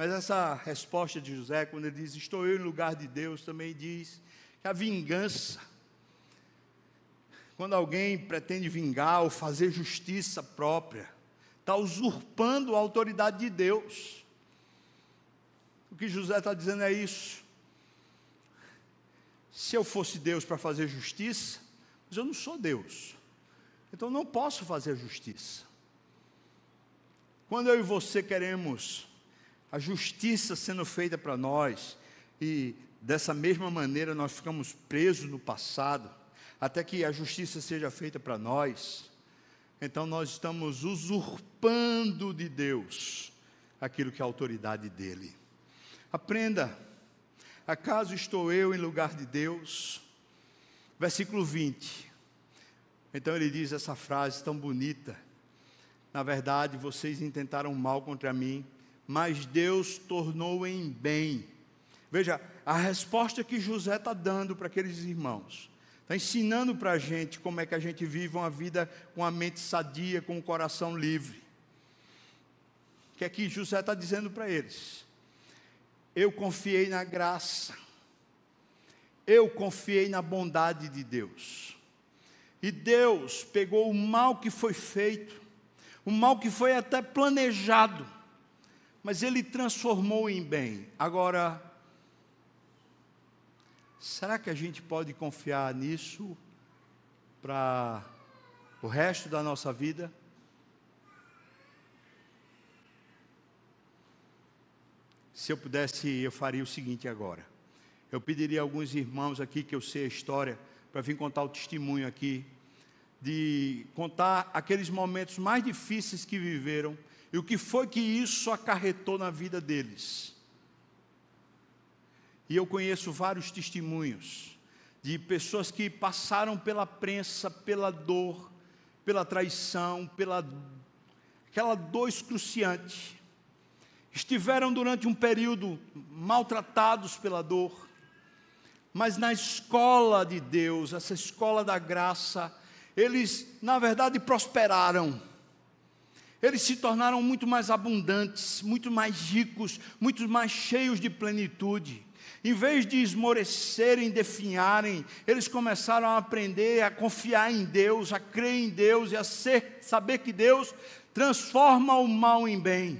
Mas essa resposta de José, quando ele diz, estou eu em lugar de Deus, também diz que a vingança, quando alguém pretende vingar ou fazer justiça própria, está usurpando a autoridade de Deus. O que José está dizendo é isso. Se eu fosse Deus para fazer justiça, mas eu não sou Deus, então não posso fazer justiça. Quando eu e você queremos a justiça sendo feita para nós, e dessa mesma maneira nós ficamos presos no passado, até que a justiça seja feita para nós, então nós estamos usurpando de Deus aquilo que é a autoridade dele. Aprenda, acaso estou eu em lugar de Deus? Versículo vinte, então ele diz essa frase tão bonita, na verdade vocês intentaram mal contra mim, mas Deus tornou em bem. Veja, a resposta que José está dando para aqueles irmãos, está ensinando para a gente como é que a gente vive uma vida com a mente sadia, com o coração livre. O que é que José está dizendo para eles? Eu confiei na graça, eu confiei na bondade de Deus, e Deus pegou o mal que foi feito, o mal que foi até planejado, mas Ele transformou em bem. Agora, será que a gente pode confiar nisso para o resto da nossa vida? Se eu pudesse, eu faria o seguinte agora. Eu pediria a alguns irmãos aqui, que eu sei a história, para vir contar o testemunho aqui, de contar aqueles momentos mais difíceis que viveram, e o que foi que isso acarretou na vida deles. E eu conheço vários testemunhos de pessoas que passaram pela prensa, pela dor, pela traição, pela aquela dor excruciante. Estiveram durante um período maltratados pela dor, mas na escola de Deus, essa escola da graça, eles, na verdade, prosperaram. Eles se tornaram muito mais abundantes, muito mais ricos, muito mais cheios de plenitude. Em vez de esmorecerem, definharem, eles começaram a aprender a confiar em Deus, a crer em Deus e a ser, saber que Deus transforma o mal em bem.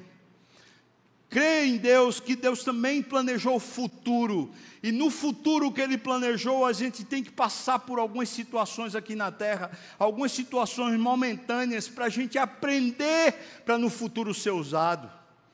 Crer em Deus, que Deus também planejou o futuro, e no futuro que Ele planejou, a gente tem que passar por algumas situações aqui na terra, algumas situações momentâneas, para a gente aprender, para no futuro ser usado.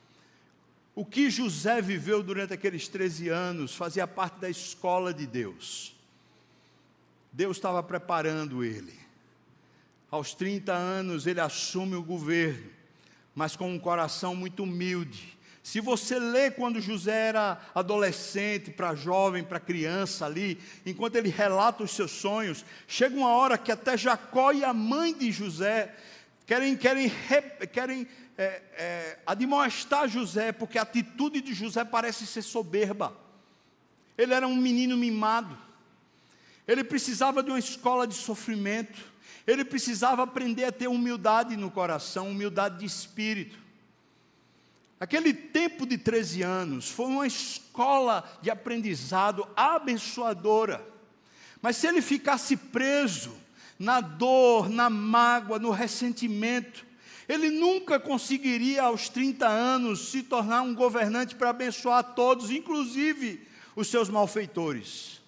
O que José viveu durante aqueles treze anos, fazia parte da escola de Deus. Deus estava preparando ele. Aos trinta anos ele assume o governo, mas com um coração muito humilde. Se você lê quando José era adolescente, para jovem, para criança ali, enquanto ele relata os seus sonhos, chega uma hora que até Jacó e a mãe de José querem, querem, querem é, é, admoestar José, porque a atitude de José parece ser soberba. Ele era um menino mimado, ele precisava de uma escola de sofrimento, ele precisava aprender a ter humildade no coração, humildade de espírito. Aquele tempo de treze anos foi uma escola de aprendizado abençoadora. Mas se ele ficasse preso na dor, na mágoa, no ressentimento, ele nunca conseguiria aos trinta anos se tornar um governante para abençoar todos, inclusive os seus malfeitores.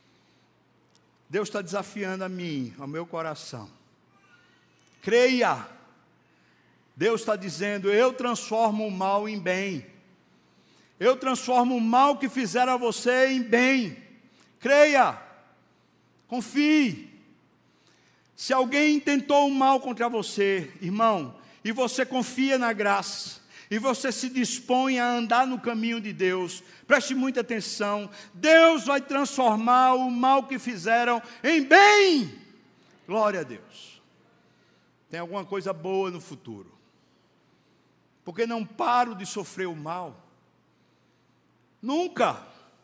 Deus está desafiando a mim, ao meu coração. Creia. Deus está dizendo, eu transformo o mal em bem. Eu transformo o mal que fizeram a você em bem. Creia. Confie. Se alguém tentou o mal contra você, irmão, e você confia na graça, e você se dispõe a andar no caminho de Deus, preste muita atenção, Deus vai transformar o mal que fizeram em bem. Glória a Deus. Tem alguma coisa boa no futuro. Porque não paro de sofrer o mal. Nunca.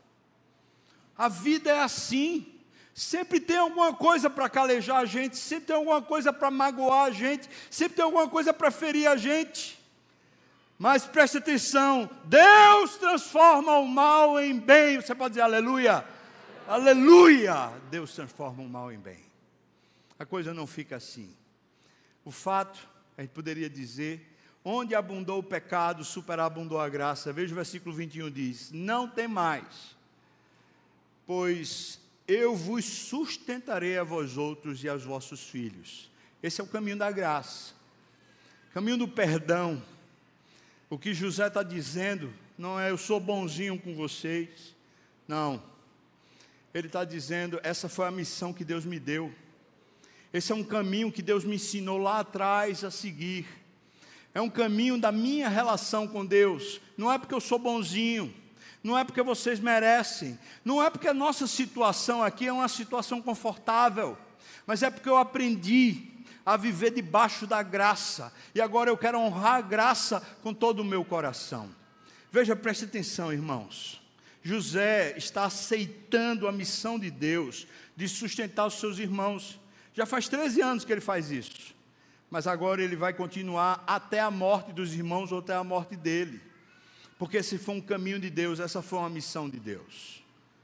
A vida é assim. Sempre tem alguma coisa para calejar a gente, sempre tem alguma coisa para magoar a gente, sempre tem alguma coisa para ferir a gente. Mas preste atenção, Deus transforma o mal em bem. Você pode dizer aleluia? Aleluia! Deus transforma o mal em bem. A coisa não fica assim. O fato, a gente poderia dizer, onde abundou o pecado, superabundou a graça. Veja o versículo vinte e um, diz: não temais, pois eu vos sustentarei a vós outros e aos vossos filhos. Esse é o caminho da graça, caminho do perdão. O que José está dizendo não é eu sou bonzinho com vocês, não. Ele está dizendo, essa foi a missão que Deus me deu. Esse é um caminho que Deus me ensinou lá atrás a seguir. É um caminho da minha relação com Deus. Não é porque eu sou bonzinho, não é porque vocês merecem, não é porque a nossa situação aqui é uma situação confortável, mas é porque eu aprendi a viver debaixo da graça, e agora eu quero honrar a graça com todo o meu coração. Veja, preste atenção, irmãos. José está aceitando a missão de Deus de sustentar os seus irmãos. Já faz treze anos que ele faz isso, mas agora ele vai continuar até a morte dos irmãos ou até a morte dele, porque esse foi um caminho de Deus, essa foi uma missão de Deus.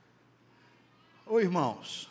Ô irmãos,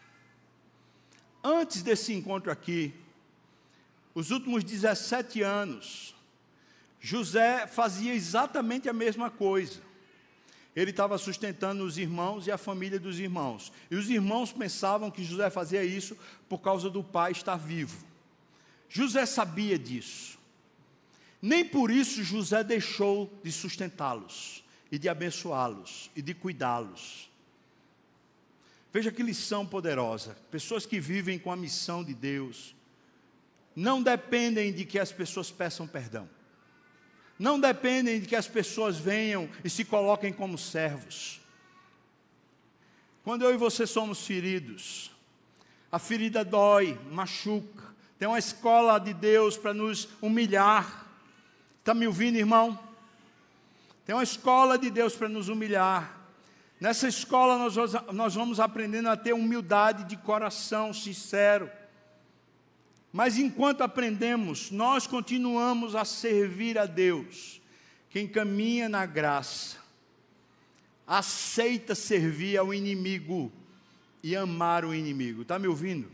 antes desse encontro aqui, os últimos dezessete anos, José fazia exatamente a mesma coisa. Ele estava sustentando os irmãos e a família dos irmãos. E os irmãos pensavam que José fazia isso por causa do pai estar vivo. José sabia disso. Nem por isso José deixou de sustentá-los, e de abençoá-los, e de cuidá-los. Veja que lição poderosa. Pessoas que vivem com a missão de Deus, não dependem de que as pessoas peçam perdão. Não dependem de que as pessoas venham e se coloquem como servos. Quando eu e você somos feridos, a ferida dói, machuca. Tem uma escola de Deus para nos humilhar. Está me ouvindo, irmão? Tem uma escola de Deus para nos humilhar. Nessa escola nós, nós vamos aprendendo a ter humildade de coração sincero. Mas enquanto aprendemos, nós continuamos a servir a Deus. Quem caminha na graça, aceita servir ao inimigo e amar o inimigo. Está me ouvindo?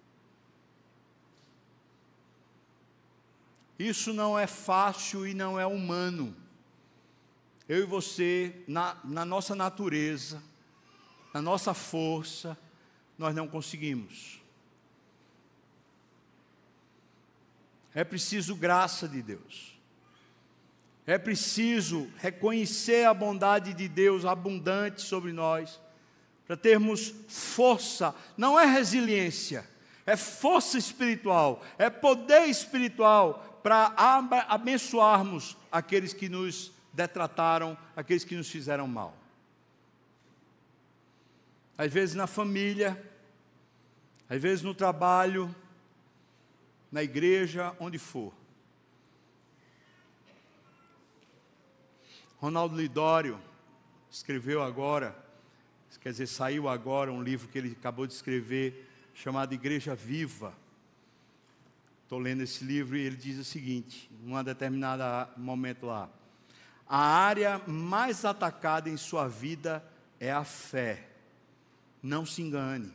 Isso não é fácil e não é humano. Eu e você, na, na nossa natureza, na nossa força, nós não conseguimos. É preciso graça de Deus. É preciso reconhecer a bondade de Deus abundante sobre nós, para termos força. Não é resiliência, é força espiritual, é poder espiritual para abençoarmos aqueles que nos detrataram, aqueles que nos fizeram mal. Às vezes na família, às vezes no trabalho, na igreja, onde for. Ronaldo Lidório escreveu agora, quer dizer, saiu agora um livro que ele acabou de escrever, chamado Igreja Viva. Estou lendo esse livro e ele diz o seguinte, em um determinado momento lá: a área mais atacada em sua vida é a fé. Não se engane.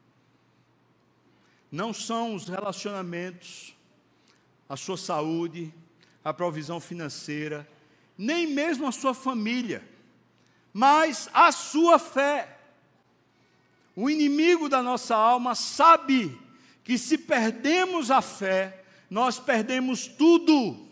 Não são os relacionamentos, a sua saúde, a provisão financeira, nem mesmo a sua família, mas a sua fé. O inimigo da nossa alma sabe que se perdemos a fé, nós perdemos tudo.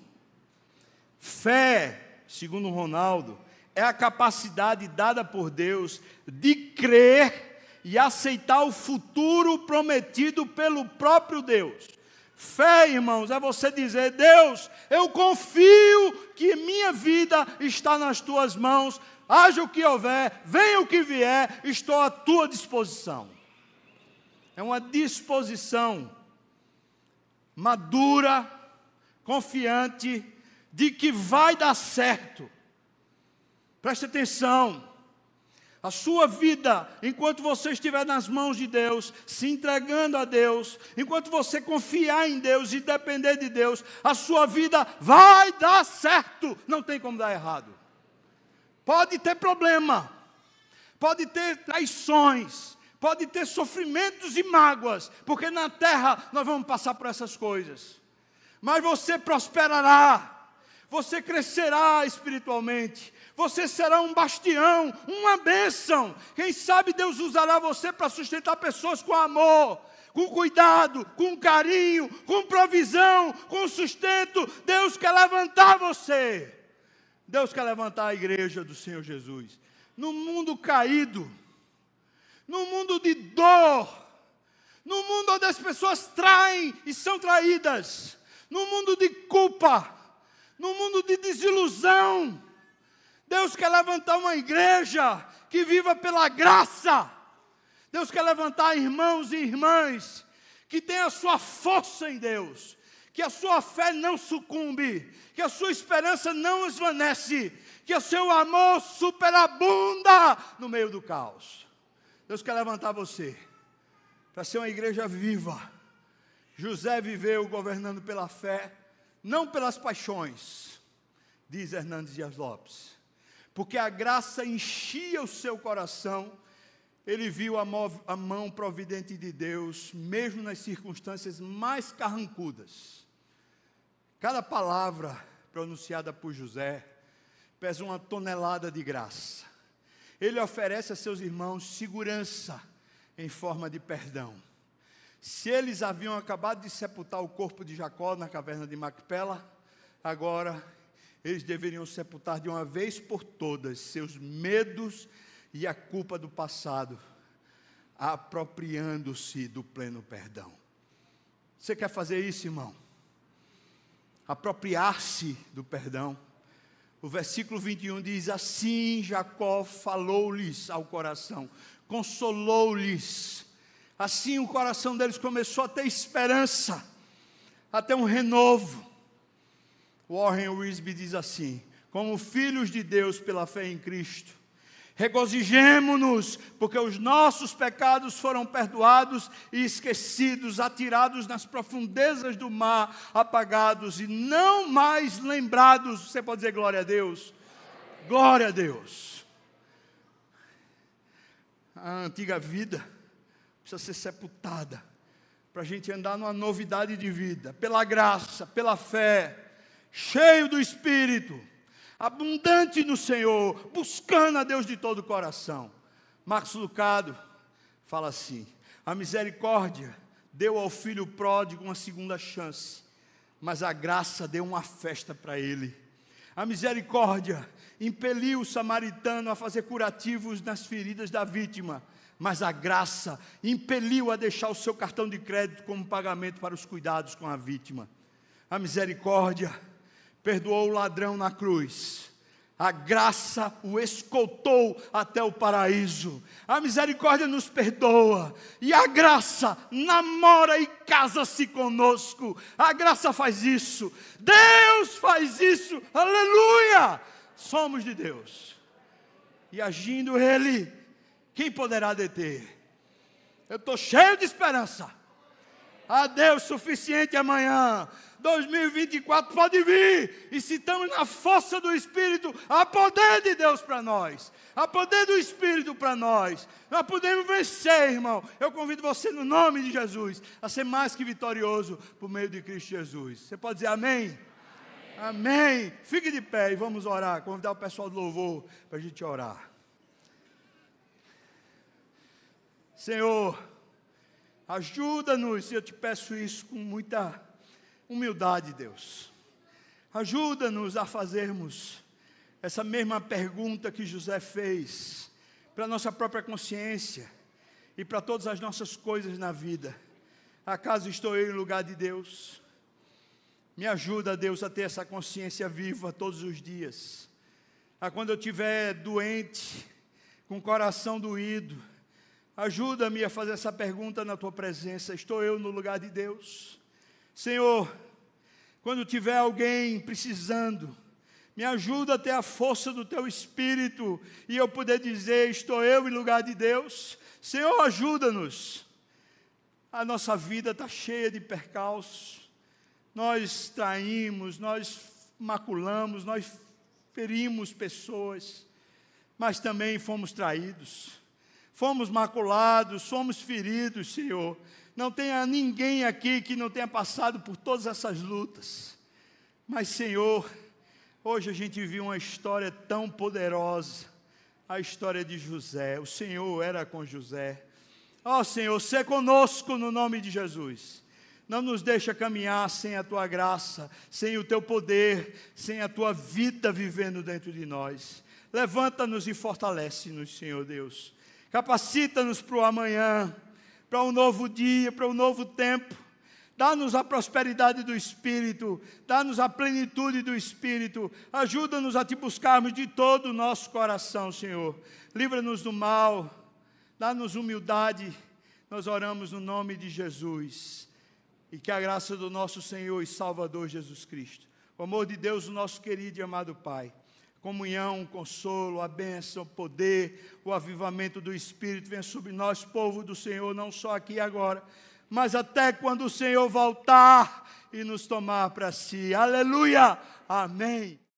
Fé, segundo Ronaldo, é a capacidade dada por Deus de crer e aceitar o futuro prometido pelo próprio Deus. Fé, irmãos, é você dizer: Deus, eu confio que minha vida está nas tuas mãos, haja o que houver, venha o que vier, estou à tua disposição. É uma disposição madura, confiante, de que vai dar certo. Preste atenção. A sua vida, enquanto você estiver nas mãos de Deus, se entregando a Deus, enquanto você confiar em Deus e depender de Deus, a sua vida vai dar certo. Não tem como dar errado. Pode ter problema, pode ter traições, pode ter sofrimentos e mágoas, porque na terra nós vamos passar por essas coisas. Mas você prosperará, você crescerá espiritualmente, você será um bastião, uma bênção. Quem sabe Deus usará você para sustentar pessoas com amor, com cuidado, com carinho, com provisão, com sustento. Deus quer levantar você. Deus quer levantar a igreja do Senhor Jesus. No mundo caído, no mundo de dor, no mundo onde as pessoas traem e são traídas, no mundo de culpa, no mundo de desilusão, Deus quer levantar uma igreja que viva pela graça. Deus quer levantar irmãos e irmãs que tenham a sua força em Deus, que a sua fé não sucumbe, que a sua esperança não esvanece, que o seu amor superabunda no meio do caos. Deus quer levantar você para ser uma igreja viva. José viveu governando pela fé, não pelas paixões, diz Hernandes Dias Lopes. Porque a graça enchia o seu coração, ele viu a, mov, a mão providente de Deus, mesmo nas circunstâncias mais carrancudas. Cada palavra pronunciada por José pesa uma tonelada de graça. Ele oferece a seus irmãos segurança em forma de perdão. Se eles haviam acabado de sepultar o corpo de Jacó na caverna de Macpela, agora eles deveriam sepultar de uma vez por todas seus medos e a culpa do passado, apropriando-se do pleno perdão. Você quer fazer isso, irmão? Apropriar-se do perdão. O versículo vinte e um diz: assim Jacó falou-lhes ao coração, consolou-lhes. Assim o coração deles começou a ter esperança, a ter um renovo. Warren Wiersbe diz assim: como filhos de Deus pela fé em Cristo, regozijemo-nos, porque os nossos pecados foram perdoados e esquecidos, atirados nas profundezas do mar, apagados e não mais lembrados. Você pode dizer glória a Deus? Glória a Deus. A antiga vida precisa ser sepultada, para a gente andar numa novidade de vida, pela graça, pela fé, cheio do Espírito, abundante no Senhor, buscando a Deus de todo o coração. Marcos Lucado fala assim: a misericórdia deu ao filho pródigo uma segunda chance, mas a graça deu uma festa para ele. A misericórdia impeliu o samaritano a fazer curativos nas feridas da vítima, mas a graça impeliu a deixar o seu cartão de crédito como pagamento para os cuidados com a vítima. A misericórdia perdoou o ladrão na cruz. A graça o escoltou até o paraíso. A misericórdia nos perdoa. E a graça namora e casa-se conosco. A graça faz isso. Deus faz isso. Aleluia! Somos de Deus. E agindo Ele, quem poderá deter? Eu estou cheio de esperança. Há Deus suficiente amanhã. dois mil e vinte e quatro pode vir, e se estamos na força do Espírito, há poder de Deus para nós, há poder do Espírito para nós, nós podemos vencer, irmão. Eu convido você no nome de Jesus, a ser mais que vitorioso por meio de Cristo Jesus. Você pode dizer amém? Amém. Amém. Fique de pé e vamos orar, convidar o pessoal do louvor para a gente orar. Senhor, ajuda-nos, eu te peço isso com muita humildade, Deus. Ajuda-nos a fazermos essa mesma pergunta que José fez para a nossa própria consciência e para todas as nossas coisas na vida. Acaso estou eu em lugar de Deus? Me ajuda, Deus, a ter essa consciência viva todos os dias. A quando eu estiver doente, com o coração doído, ajuda-me a fazer essa pergunta na tua presença: estou eu no lugar de Deus? Senhor, quando tiver alguém precisando, Me ajuda a ter a força do Teu Espírito e eu poder dizer, estou eu em lugar de Deus. Senhor, ajuda-nos. A nossa vida está cheia de percalços. Nós traímos, nós maculamos, nós ferimos pessoas, mas também fomos traídos. Fomos maculados, somos feridos, Senhor. Não tenha ninguém aqui que não tenha passado por todas essas lutas. Mas, Senhor, hoje a gente viu uma história tão poderosa, a história de José. O Senhor era com José. Ó oh, Senhor, sê conosco no nome de Jesus. Não nos deixa caminhar sem a Tua graça, sem o Teu poder, sem a Tua vida vivendo dentro de nós. Levanta-nos e fortalece-nos, Senhor Deus. Capacita-nos para o amanhã, para um novo dia, para um novo tempo. Dá-nos a prosperidade do Espírito, dá-nos a plenitude do Espírito. Ajuda-nos a Te buscarmos de todo o nosso coração, Senhor. Livra-nos do mal. Dá-nos humildade, nós oramos no nome de Jesus. E que a graça do nosso Senhor e Salvador Jesus Cristo, o amor de Deus, o nosso querido e amado Pai, comunhão, consolo, a bênção, o poder, o avivamento do Espírito venha sobre nós, povo do Senhor, não só aqui e agora, mas até quando o Senhor voltar e nos tomar para si. Aleluia! Amém!